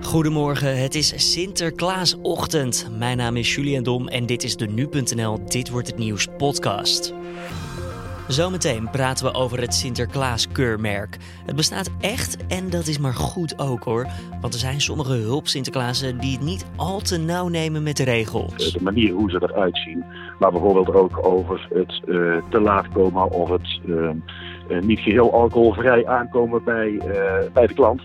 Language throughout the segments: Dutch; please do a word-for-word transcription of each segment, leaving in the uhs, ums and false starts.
Goedemorgen, het is Sinterklaasochtend. Mijn naam is Julian Dom en dit is de nu punt n l Dit Wordt Het Nieuws podcast. Zometeen praten we over het Sinterklaas-keurmerk. Het bestaat echt en dat is maar goed ook hoor. Want er zijn sommige hulp-Sinterklaasen die het niet al te nauw nemen met de regels. De manier hoe ze eruit zien, maar bijvoorbeeld ook over het uh, te laat komen of het uh, uh, niet geheel alcoholvrij aankomen bij, uh, bij de klant.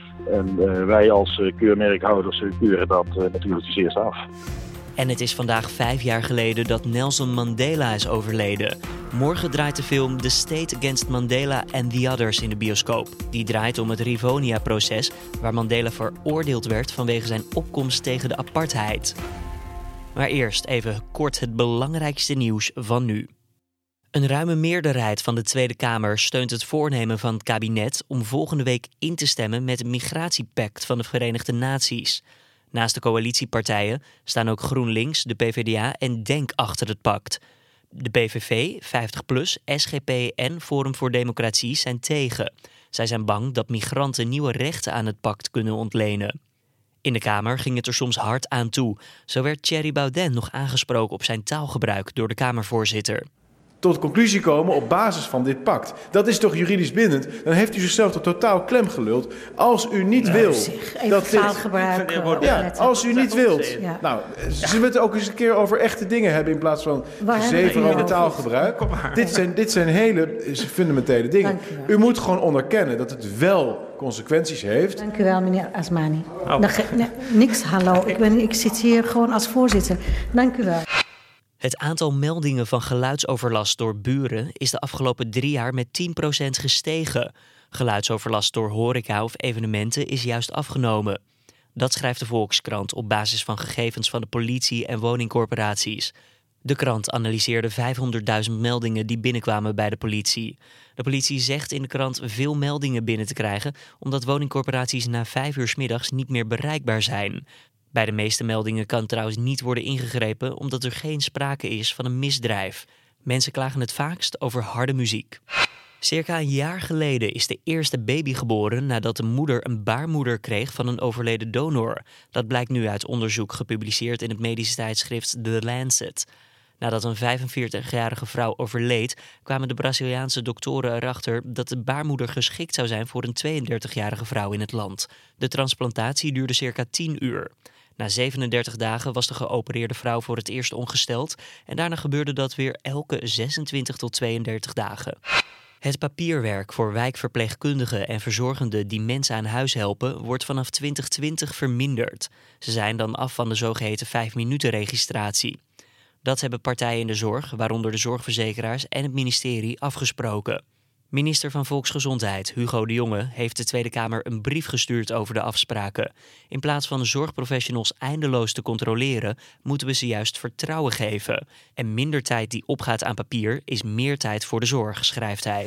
En uh, wij als uh, keurmerkhouders uh, keuren dat uh, natuurlijk als eerste af. En het is vandaag vijf jaar geleden dat Nelson Mandela is overleden. Morgen draait de film The State Against Mandela and the Others in de bioscoop. Die draait om het Rivonia-proces, waar Mandela veroordeeld werd vanwege zijn opkomst tegen de apartheid. Maar eerst even kort het belangrijkste nieuws van nu. Een ruime meerderheid van de Tweede Kamer steunt het voornemen van het kabinet om volgende week in te stemmen met het migratiepact van de Verenigde Naties. Naast de coalitiepartijen staan ook GroenLinks, de P v d A en DENK achter het pact. De P V V, vijftig plus, S G P en Forum voor Democratie zijn tegen. Zij zijn bang dat migranten nieuwe rechten aan het pact kunnen ontlenen. In de Kamer ging het er soms hard aan toe. Zo werd Thierry Baudet nog aangesproken op zijn taalgebruik door de Kamervoorzitter. Tot de conclusie komen op basis van dit pact. Dat is toch juridisch bindend? Dan heeft u zichzelf toch totaal klem geluld. Als u niet nou, wil... Zeg, even dat taalgebruik. Dit, ja, als u niet wilt... Ja. Nou, ze willen het ook eens een keer over echte dingen hebben in plaats van zeven over taalgebruik. Dit zijn, dit zijn hele fundamentele dingen. U, u moet gewoon onderkennen dat het wel consequenties heeft. Dank u wel, meneer Asmani. Oh. Nou, nee, niks, hallo. Ik, ben, ik zit hier gewoon als voorzitter. Dank u wel. Het aantal meldingen van geluidsoverlast door buren is de afgelopen drie jaar met tien procent gestegen. Geluidsoverlast door horeca of evenementen is juist afgenomen. Dat schrijft de Volkskrant op basis van gegevens van de politie en woningcorporaties. De krant analyseerde vijfhonderdduizend meldingen die binnenkwamen bij de politie. De politie zegt in de krant veel meldingen binnen te krijgen, omdat woningcorporaties na vijf uur 's middags niet meer bereikbaar zijn. Bij de meeste meldingen kan trouwens niet worden ingegrepen omdat er geen sprake is van een misdrijf. Mensen klagen het vaakst over harde muziek. Circa een jaar geleden is de eerste baby geboren nadat de moeder een baarmoeder kreeg van een overleden donor. Dat blijkt nu uit onderzoek gepubliceerd in het medische tijdschrift The Lancet. Nadat een vijfenveertigjarige vrouw overleed, kwamen de Braziliaanse doktoren erachter dat de baarmoeder geschikt zou zijn voor een tweeëndertigjarige vrouw in het land. De transplantatie duurde circa tien uur. Na zevenendertig dagen was de geopereerde vrouw voor het eerst ongesteld en daarna gebeurde dat weer elke zesentwintig tot tweeëndertig dagen. Het papierwerk voor wijkverpleegkundigen en verzorgenden die mensen aan huis helpen wordt vanaf twintig twintig verminderd. Ze zijn dan af van de zogeheten vijf minuten registratie. Dat hebben partijen in de zorg, waaronder de zorgverzekeraars en het ministerie, afgesproken. Minister van Volksgezondheid Hugo de Jonge heeft de Tweede Kamer een brief gestuurd over de afspraken. In plaats van zorgprofessionals eindeloos te controleren, moeten we ze juist vertrouwen geven. En minder tijd die opgaat aan papier is meer tijd voor de zorg, schrijft hij.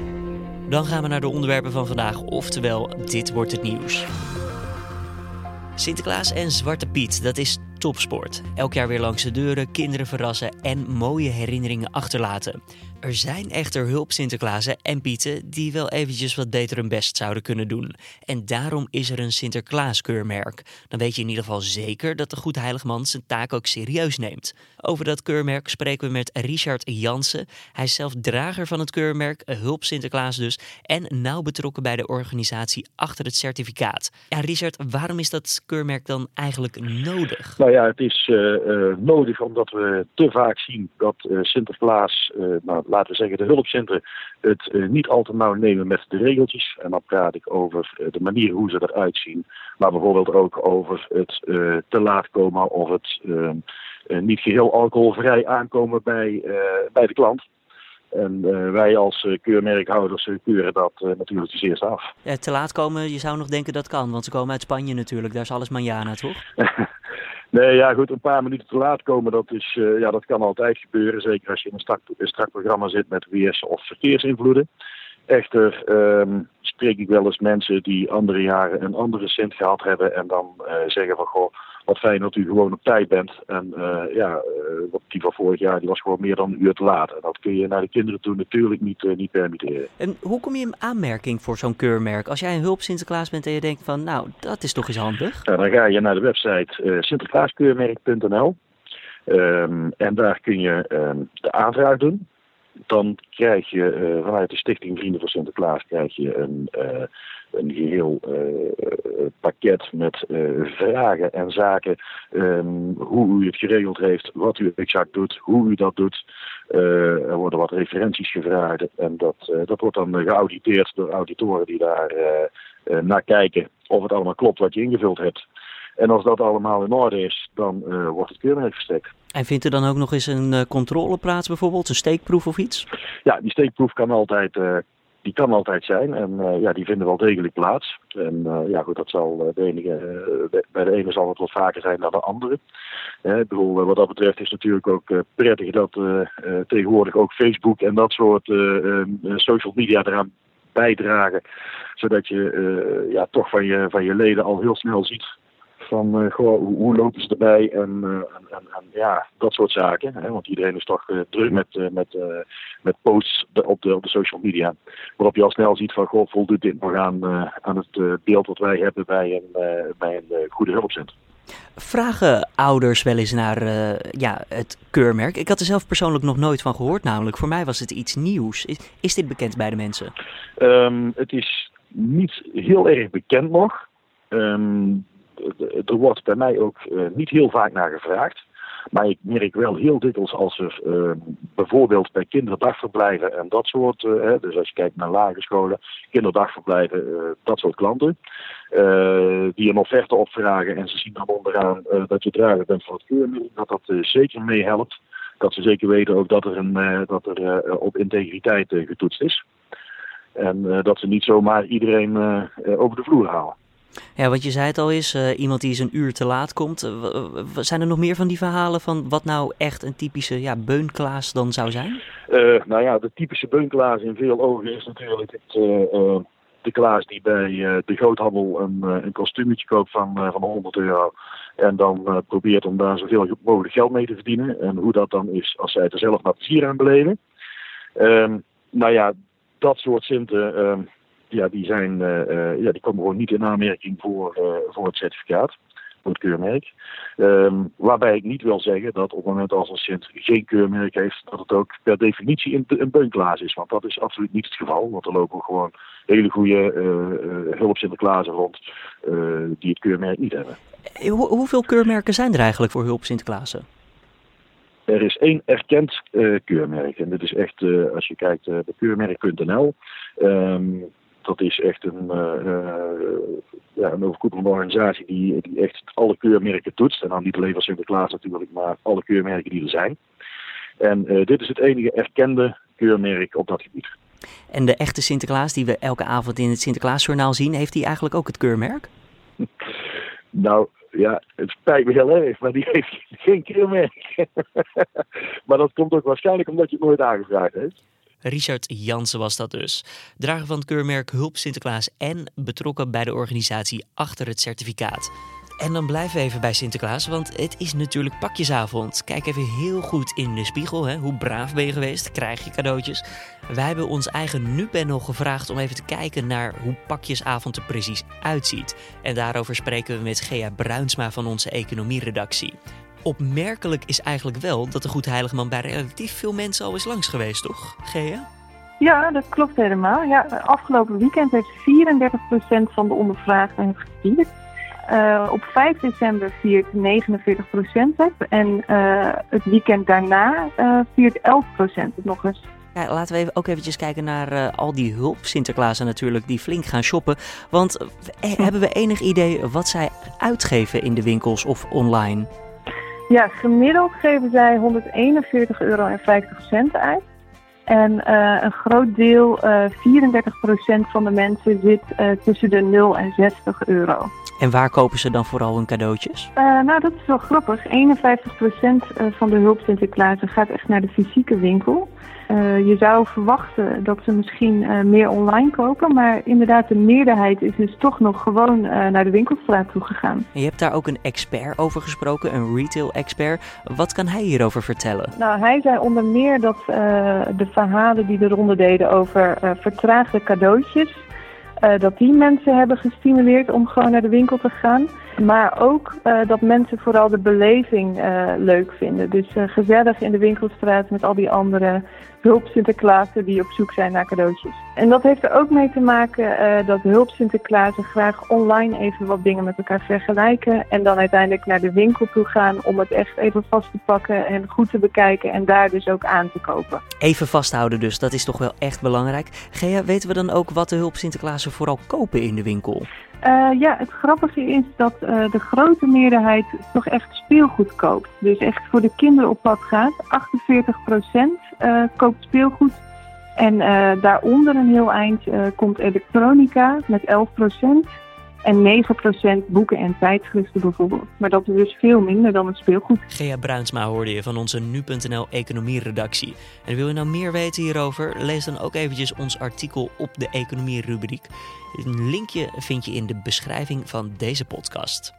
Dan gaan we naar de onderwerpen van vandaag, oftewel Dit Wordt Het Nieuws. Sinterklaas en Zwarte Piet, dat is topsport. Elk jaar weer langs de deuren, kinderen verrassen en mooie herinneringen achterlaten. Er zijn echter hulp-Sinterklaasen en Pieten die wel eventjes wat beter hun best zouden kunnen doen. En daarom is er een Sinterklaas-keurmerk. Dan weet je in ieder geval zeker dat de Goedheiligman zijn taak ook serieus neemt. Over dat keurmerk spreken we met Richard Jansen. Hij is zelf drager van het keurmerk, hulp-Sinterklaas dus, en nauw betrokken bij de organisatie achter het certificaat. Ja, Richard, waarom is dat keurmerk dan eigenlijk nodig? Nou ja, het is uh, uh, nodig omdat we te vaak zien dat uh, Sinterklaas, uh, nou, laten we zeggen de hulpcentren, het uh, niet al te nauw nemen met de regeltjes. En dan praat ik over uh, de manier hoe ze eruit zien. Maar bijvoorbeeld ook over het uh, te laat komen of het uh, uh, niet geheel alcoholvrij aankomen bij, uh, bij de klant. En uh, wij als uh, keurmerkhouders uh, keuren dat uh, natuurlijk als eerste af. Ja, te laat komen, je zou nog denken dat kan, want ze komen uit Spanje natuurlijk. Daar is alles manjana, toch? Nee, ja goed, een paar minuten te laat komen, dat, is, uh, ja, dat kan altijd gebeuren. Zeker als je in een strak, een strak programma zit met weers- of verkeersinvloeden. Echter um, spreek ik wel eens mensen die andere jaren een andere Sint gehad hebben en dan uh, zeggen van goh, wat fijn dat u gewoon op tijd bent. En uh, ja, uh, die van vorig jaar die was gewoon meer dan een uur te laat. En dat kun je naar de kinderen toe natuurlijk niet, uh, niet permitteren. En hoe kom je in aanmerking voor zo'n keurmerk? Als jij een hulp Sinterklaas bent en je denkt van, nou, dat is toch eens handig? Ja, dan ga je naar de website uh, sinterklaaskeurmerk punt n l. Um, en daar kun je um, de aanvraag doen. Dan krijg je uh, vanuit de Stichting Vrienden voor Sinterklaas krijg je een, uh, een geheel uh, pakket met uh, vragen en zaken. Um, hoe u het geregeld heeft, wat u exact doet, hoe u dat doet. Uh, er worden wat referenties gevraagd en dat, uh, dat wordt dan geauditeerd door auditoren die daar uh, uh, naar kijken of het allemaal klopt wat je ingevuld hebt. En als dat allemaal in orde is, dan uh, wordt het keurmerk verstrekt. En vindt er dan ook nog eens een uh, controle plaats bijvoorbeeld, een steekproef of iets? Ja, die steekproef kan altijd, uh, die kan altijd zijn en uh, ja, die vinden wel degelijk plaats. En uh, ja goed, dat zal uh, de enige, uh, bij de ene zal het wat vaker zijn dan de andere. Uh, ik bedoel, uh, wat dat betreft is het natuurlijk ook uh, prettig dat uh, uh, tegenwoordig ook Facebook en dat soort uh, uh, social media eraan bijdragen. Zodat je uh, ja, toch van je, van je leden al heel snel ziet. Van uh, goh, hoe, hoe lopen ze erbij en, uh, en, en, en ja, dat soort zaken. Hè? Want iedereen is toch uh, druk met, uh, met, uh, met posts de, op, de, op de social media. Waarop je al snel ziet van goh, voldoet dit nog aan, uh, aan het uh, beeld wat wij hebben bij een, uh, bij een uh, goede hulpcentrum. Vragen ouders wel eens naar uh, ja, het keurmerk? Ik had er zelf persoonlijk nog nooit van gehoord namelijk. Voor mij was het iets nieuws. Is, is dit bekend bij de mensen? Um, het is niet heel erg bekend nog. Um, Er wordt bij mij ook uh, niet heel vaak naar gevraagd. Maar ik merk wel heel dikwijls als er uh, bijvoorbeeld bij kinderdagverblijven en dat soort, uh, hè, dus als je kijkt naar lagere scholen, kinderdagverblijven, uh, dat soort klanten, uh, die een offerte opvragen en ze zien dan onderaan uh, dat je drager bent voor het keurmerk, dat dat uh, zeker meehelpt. Dat ze zeker weten ook dat er, een, uh, dat er uh, op integriteit uh, getoetst is. En uh, dat ze niet zomaar iedereen uh, uh, over de vloer halen. Ja, wat je zei het al is, uh, iemand die eens een uur te laat komt. Uh, zijn er nog meer van die verhalen van wat nou echt een typische ja, beunklaas dan zou zijn? Uh, nou ja, de typische beunklaas in veel ogen is natuurlijk het, uh, uh, de klaas die bij uh, de groothandel een, uh, een kostuumetje koopt van, uh, van honderd euro. En dan uh, probeert om daar zoveel mogelijk geld mee te verdienen. En hoe dat dan is als zij er zelf maar plezier aan beleven. Uh, nou ja, dat soort Sinten... Uh, Ja, die, zijn, uh, uh, ja, die komen gewoon niet in aanmerking voor, uh, voor het certificaat, voor het keurmerk. Um, waarbij ik niet wil zeggen dat op het moment als een Sint geen keurmerk heeft, dat het ook per definitie een, een beunklaas is. Want dat is absoluut niet het geval. Want er lopen gewoon hele goede uh, uh, hulp Sinterklaasen rond uh, die het keurmerk niet hebben. Hoe, hoeveel keurmerken zijn er eigenlijk voor hulp Sinterklaasen? Er is één erkend uh, keurmerk. En dit is echt, uh, als je kijkt uh, bij keurmerk punt n l... Um, Dat is echt een, uh, uh, ja, een overkoepelende organisatie die, die echt alle keurmerken toetst. En dan niet alleen van Sinterklaas natuurlijk, maar alle keurmerken die er zijn. En uh, dit is het enige erkende keurmerk op dat gebied. En de echte Sinterklaas die we elke avond in het Sinterklaasjournaal zien, heeft die eigenlijk ook het keurmerk? Nou ja, het spijt me heel erg, maar die heeft geen keurmerk. Maar dat komt ook waarschijnlijk omdat je het nooit aangevraagd heeft. Richard Jansen was dat dus. Drager van het keurmerk Hulp Sinterklaas en betrokken bij de organisatie achter het certificaat. En dan blijven we even bij Sinterklaas, want het is natuurlijk pakjesavond. Kijk even heel goed in de spiegel. Hè? Hoe braaf ben je geweest? Krijg je cadeautjes? Wij hebben ons eigen Nu-panel gevraagd om even te kijken naar hoe pakjesavond er precies uitziet. En daarover spreken we met Gea Bruinsma van onze economieredactie. Opmerkelijk is eigenlijk wel dat de Goede Heilige Man bij relatief veel mensen al is langs geweest, toch, Gea? Ja, dat klopt helemaal. Ja, afgelopen weekend heeft vierendertig procent van de ondervraagden gevierd. Uh, op vijf december viert negenenveertig procent het. En uh, het weekend daarna uh, viert elf procent het nog eens. Ja, laten we even, ook eventjes kijken naar uh, al die hulp Sinterklaasen natuurlijk die flink gaan shoppen. Want eh, hm. hebben we enig idee wat zij uitgeven in de winkels of online? Ja, gemiddeld geven zij honderdeenenveertig euro en vijftig cent uit. En uh, een groot deel, uh, vierendertig procent van de mensen, zit uh, tussen de nul en zestig euro. En waar kopen ze dan vooral hun cadeautjes? Uh, nou, dat is wel grappig. eenenvijftig procent van de hulp Sinterklaas gaat echt naar de fysieke winkel. Uh, je zou verwachten dat ze misschien uh, meer online kopen, maar inderdaad de meerderheid is dus toch nog gewoon uh, naar de winkelstraat toe gegaan. En je hebt daar ook een expert over gesproken, een retail-expert. Wat kan hij hierover vertellen? Nou, hij zei onder meer dat uh, de verhalen die de ronde deden over uh, vertraagde cadeautjes, Uh, dat die mensen hebben gestimuleerd om gewoon naar de winkel te gaan. Maar ook uh, dat mensen vooral de beleving uh, leuk vinden. Dus uh, gezellig in de winkelstraat met al die andere hulp Sinterklaasen die op zoek zijn naar cadeautjes. En dat heeft er ook mee te maken uh, dat hulp Sinterklaasen graag online even wat dingen met elkaar vergelijken. En dan uiteindelijk naar de winkel toe gaan om het echt even vast te pakken en goed te bekijken en daar dus ook aan te kopen. Even vasthouden dus, dat is toch wel echt belangrijk. Gea, weten we dan ook wat de hulp Sinterklaasen vooral kopen in de winkel? Uh, ja, het grappige is dat uh, de grote meerderheid toch echt speelgoed koopt. Dus echt voor de kinderen op pad gaat. achtenveertig procent uh, koopt speelgoed. En uh, daaronder een heel eind uh, komt elektronica met elf procent. En negen procent boeken en tijdschriften bijvoorbeeld. Maar dat is dus veel minder dan het speelgoed. Gea Bruinsma hoorde je van onze nu punt n l economie-redactie. En wil je nou meer weten hierover? Lees dan ook eventjes ons artikel op de economie-rubriek. Een linkje vind je in de beschrijving van deze podcast.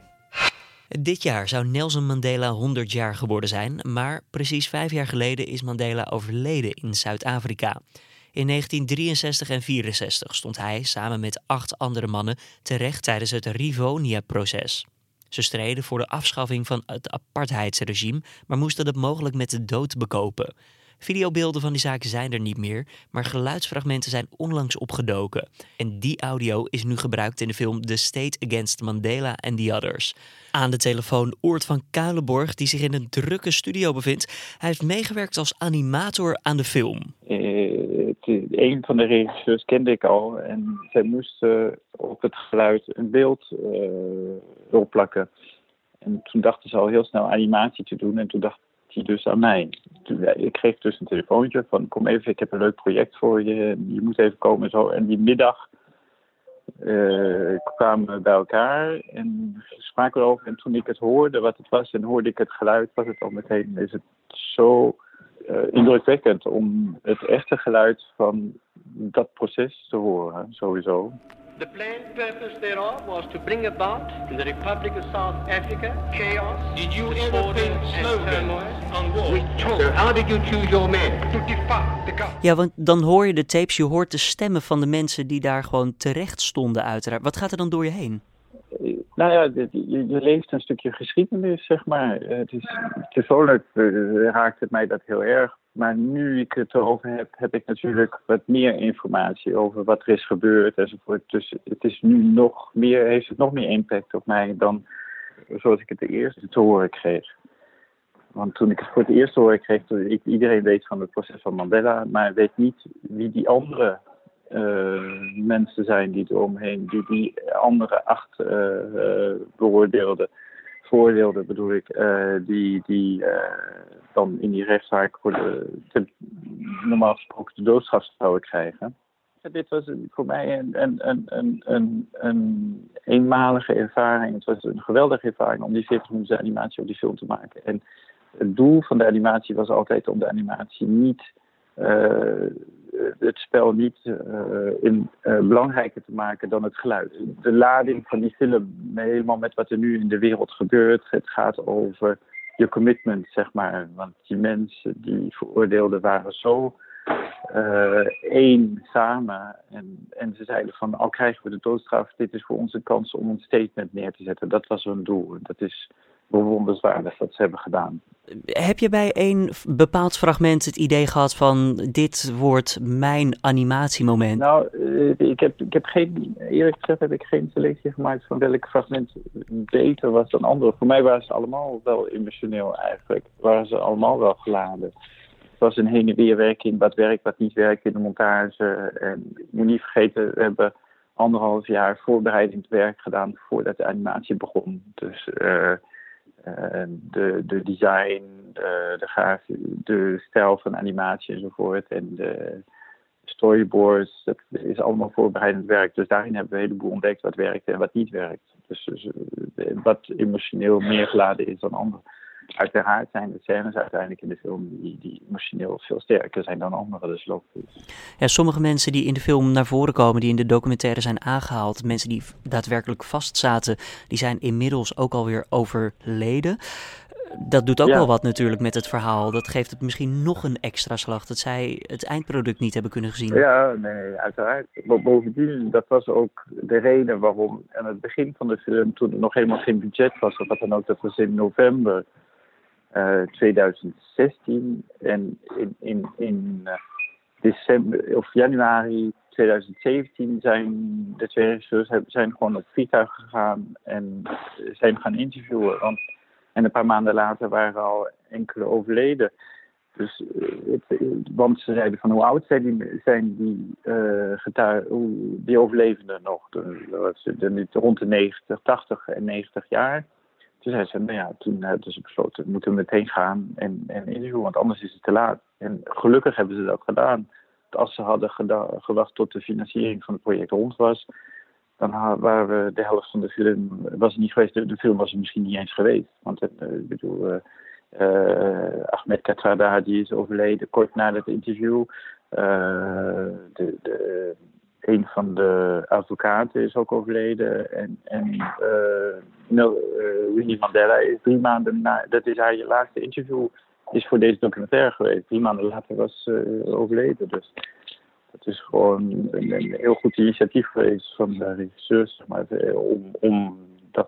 Dit jaar zou Nelson Mandela honderd jaar geworden zijn, maar precies vijf jaar geleden is Mandela overleden in Zuid-Afrika. In negentien drieënzestig en vierenzestig stond hij samen met acht andere mannen terecht tijdens het Rivonia-proces. Ze streden voor de afschaffing van het apartheidsregime, maar moesten dat mogelijk met de dood bekopen. Videobeelden van die zaak zijn er niet meer, maar geluidsfragmenten zijn onlangs opgedoken. En die audio is nu gebruikt in de film The State Against Mandela and the Others. Aan de telefoon Oert van Kuilenborg, die zich in een drukke studio bevindt. Hij heeft meegewerkt als animator aan de film. Uh, een van de regisseurs kende ik al en zij moesten op het geluid een beeld uh, opplakken. En toen dachten ze al heel snel animatie te doen en toen dacht hij dus aan mij. Toen, ik kreeg dus een telefoontje van kom even, ik heb een leuk project voor je, je moet even komen en zo. En die middag uh, kwamen we bij elkaar en spraken erover. En toen ik het hoorde wat het was en hoorde ik het geluid, was het al meteen, is het zo uh, indrukwekkend om het echte geluid van dat proces te horen, sowieso. The planned purpose thereof was to bring about in the Republic of South Africa chaos, did you ever think slogans on war? So how did you choose your men? To defy the government. Ja, want dan hoor je de tapes, je hoort de stemmen van de mensen die daar gewoon terecht stonden uiteraard. Wat gaat er dan door je heen? Nou ja, je, je leest een stukje geschiedenis, zeg maar. Het is, persoonlijk uh, raakt het mij dat heel erg. Maar nu ik het erover heb, heb ik natuurlijk wat meer informatie over wat er is gebeurd enzovoort. Dus het is nu nog meer, heeft het nog meer impact op mij dan zoals ik het de eerste te horen kreeg. Want toen ik het voor het eerst te horen kreeg, ik, iedereen weet van het proces van Mandela, maar weet niet wie die andere uh, mensen zijn die eromheen, die die andere acht uh, uh, beoordeelden. Vooroordeelden bedoel ik, uh, die, die uh, dan in die rechtszaak voor de, de normaal gesproken de doodstraf zouden krijgen. En dit was voor mij een, een, een, een, een, een eenmalige ervaring. Het was een geweldige ervaring om die veertig minuten animatie op die film te maken. En het doel van de animatie was altijd om de animatie niet, uh, het spel niet uh, in, uh, belangrijker te maken dan het geluid. De lading van die film, helemaal met wat er nu in de wereld gebeurt, het gaat over je commitment, zeg maar. Want die mensen die veroordeelden waren zo uh, één samen. En, en ze zeiden van, al krijgen we de doodstraf, dit is voor ons een kans om een statement neer te zetten. Dat was hun doel. Dat is bewonderenswaardig wat ze hebben gedaan. Heb je bij een bepaald fragment het idee gehad van dit wordt mijn animatiemoment? Nou, ik heb, ik heb geen, eerlijk gezegd heb ik geen selectie gemaakt van welk fragment beter was dan andere. Voor mij waren ze allemaal wel emotioneel eigenlijk. Waren ze allemaal wel geladen. Het was een heen en weer werken in wat werkt, wat niet werkt in de montage. En ik moet niet vergeten, we hebben anderhalf jaar voorbereidend werk gedaan voordat de animatie begon. Dus uh, Uh, de, de design, de, de, graf, de stijl van animatie enzovoort en de storyboards, dat is allemaal voorbereidend werk. Dus daarin hebben we een heleboel ontdekt wat werkt en wat niet werkt. Dus, dus wat emotioneel meer geladen is dan anderen. Uiteraard zijn de scènes uiteindelijk in de film die, die emotioneel veel sterker zijn dan andere. Dus logisch. Ja, sommige mensen die in de film naar voren komen, die in de documentaire zijn aangehaald, mensen die daadwerkelijk vastzaten, die zijn inmiddels ook alweer overleden. Dat doet ook ja. wel wat natuurlijk met het verhaal. Dat geeft het misschien nog een extra slag, dat zij het eindproduct niet hebben kunnen zien. Ja, nee, uiteraard. Maar bovendien, dat was ook de reden waarom aan het begin van de film, toen er nog helemaal geen budget was, of wat dan ook, dat was in november uh, twintig zestien. En in, in, in uh, december of januari twintig zeventien zijn de twee regisseurs zijn gewoon op vliegtuig gegaan en zijn gaan interviewen. Want En een paar maanden later waren al enkele overleden. Dus, het, want ze zeiden van hoe oud zijn die, zijn die, uh, getuig, die overlevenden nog? De, rond de negentig, tachtig en negentig jaar. Toen zeiden ze, nou ja, toen hebben ze besloten, we moeten meteen gaan en, en interviewen, want anders is het te laat. En gelukkig hebben ze dat gedaan. Als ze hadden geda- gewacht tot de financiering van het project rond was, dan waren we de helft van de film was niet geweest. De, de film was er misschien niet eens geweest. Want ik uh, bedoel, uh, uh, Ahmed Kathrada, die is overleden kort na het interview. Uh, de, de, een van de advocaten is ook overleden. En, en uh, no, uh, Winnie Mandela is drie maanden na, dat is haar laatste interview, is voor deze documentaire geweest. Drie maanden later was ze uh, overleden. Dus het is gewoon een, een heel goed initiatief geweest van de regisseurs, zeg maar, om, om dat,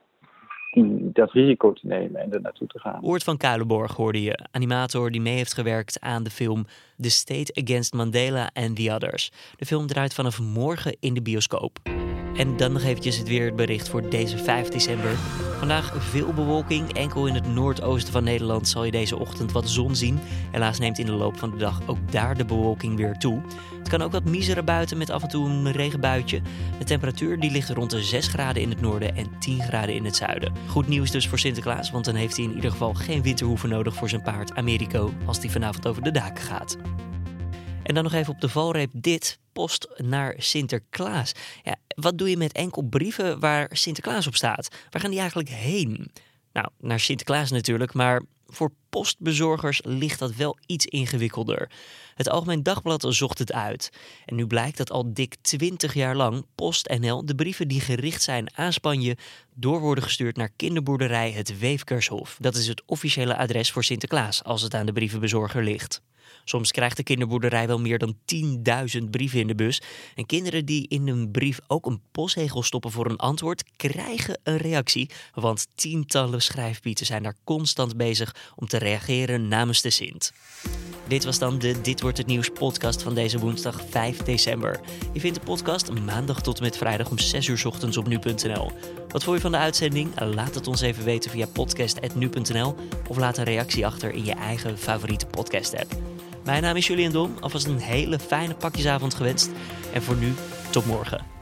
dat risico te nemen en er naartoe te gaan. Oort van Kuilenborg hoorde je, animator die mee heeft gewerkt aan de film The State Against Mandela and the Others. De film draait vanaf morgen in de bioscoop. En dan nog eventjes het weerbericht voor deze vijf december. Vandaag veel bewolking. Enkel in het noordoosten van Nederland zal je deze ochtend wat zon zien. Helaas neemt in de loop van de dag ook daar de bewolking weer toe. Het kan ook wat miseren buiten met af en toe een regenbuitje. De temperatuur die ligt rond de zes graden in het noorden en tien graden in het zuiden. Goed nieuws dus voor Sinterklaas, want dan heeft hij in ieder geval geen winterhoeven nodig voor zijn paard Americo als die vanavond over de daken gaat. En dan nog even op de valreep dit, post naar Sinterklaas. Ja, wat doe je met enkel brieven waar Sinterklaas op staat? Waar gaan die eigenlijk heen? Nou, naar Sinterklaas natuurlijk, maar voor postbezorgers ligt dat wel iets ingewikkelder. Het Algemeen Dagblad zocht het uit. En nu blijkt dat al dik twintig jaar lang PostNL de brieven die gericht zijn aan Spanje door worden gestuurd naar kinderboerderij Het Weefkershof. Dat is het officiële adres voor Sinterklaas als het aan de brievenbezorger ligt. Soms krijgt de kinderboerderij wel meer dan tienduizend brieven in de bus. En kinderen die in een brief ook een postzegel stoppen voor een antwoord, krijgen een reactie. Want tientallen schrijfpieten zijn daar constant bezig om te reageren namens de Sint. Dit was dan de Dit Wordt Het Nieuws podcast van deze woensdag vijf december. Je vindt de podcast maandag tot en met vrijdag om zes uur 's ochtends op nu punt n l. Wat vond je van de uitzending? Laat het ons even weten via podcast punt nu punt n l of laat een reactie achter in je eigen favoriete podcast app. Mijn naam is Julian Dom, alvast een hele fijne pakjesavond gewenst. En voor nu, tot morgen.